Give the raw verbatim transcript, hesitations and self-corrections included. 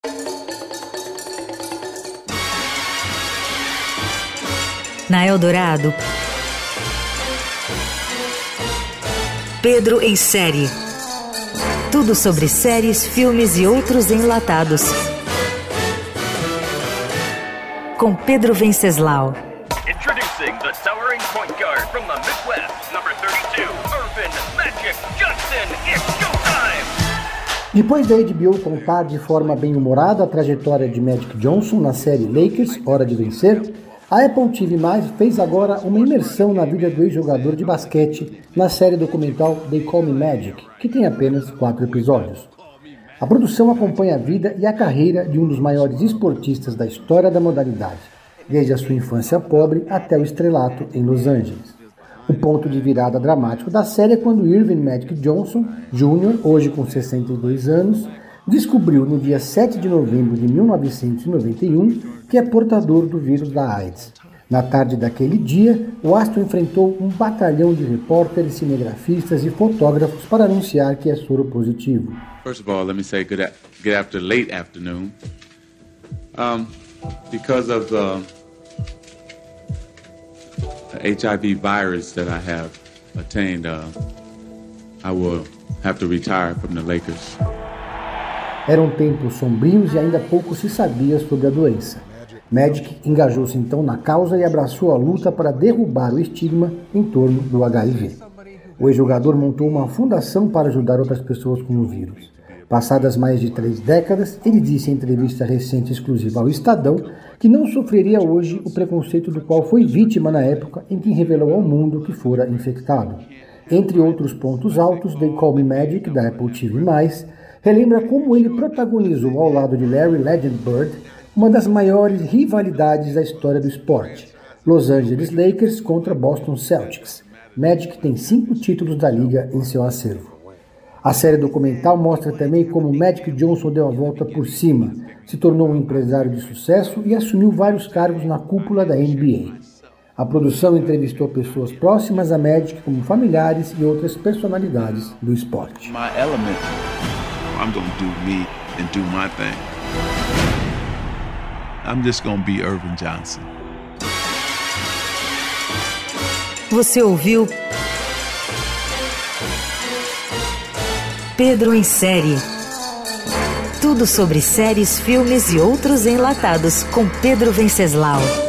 Na Eldorado, Pedro em Série. Tudo sobre séries, filmes e outros enlatados. Com Pedro Venceslau. Introducing the towering point guard from the Midwest, number thirty-two, Earvin Magic Johnson. It's showtime! Depois da H B O contar de forma bem-humorada a trajetória de Magic Johnson na série Lakers, Hora de Vencer, a Apple T V mais, fez agora uma imersão na vida do ex-jogador de basquete na série documental They Call Me Magic, que tem apenas quatro episódios. A produção acompanha a vida e a carreira de um dos maiores esportistas da história da modalidade, desde a sua infância pobre até o estrelato em Los Angeles. O ponto de virada dramático da série é quando Earvin Magic Johnson, Júnior, hoje com sessenta e dois anos, descobriu no dia sete de novembro de mil novecentos e noventa e um que é portador do vírus da AIDS. Na tarde daquele dia, o astro enfrentou um batalhão de repórteres, cinegrafistas e fotógrafos para anunciar que é soro positivo. First of all, let me say good, a- good after late afternoon. Um, because of the, the H I V virus that I have attained, uh, I will have to retire from the Lakers. Eram tempos sombrios e ainda pouco se sabia sobre a doença. Magic engajou-se então na causa e abraçou a luta para derrubar o estigma em torno do H I V. O ex-jogador montou uma fundação para ajudar outras pessoas com o vírus. Passadas mais de três décadas, ele disse em entrevista recente exclusiva ao Estadão que não sofreria hoje o preconceito do qual foi vítima na época em que revelou ao mundo que fora infectado. Entre outros pontos altos, They Call Me Magic, da Apple T V mais, relembra como ele protagonizou ao lado de Larry Legend Bird uma das maiores rivalidades da história do esporte, Los Angeles Lakers contra Boston Celtics. Magic tem cinco títulos da liga em seu acervo. A série documental mostra também como Magic Johnson deu a volta por cima, se tornou um empresário de sucesso e assumiu vários cargos na cúpula da N B A. A produção entrevistou pessoas próximas a Magic, como familiares e outras personalidades do esporte. My element. I'm gonna do me and do my thing. I'm just gonna be Earvin Johnson. Você ouviu Pedro em Série. Tudo sobre séries, filmes e outros enlatados com Pedro Venceslau.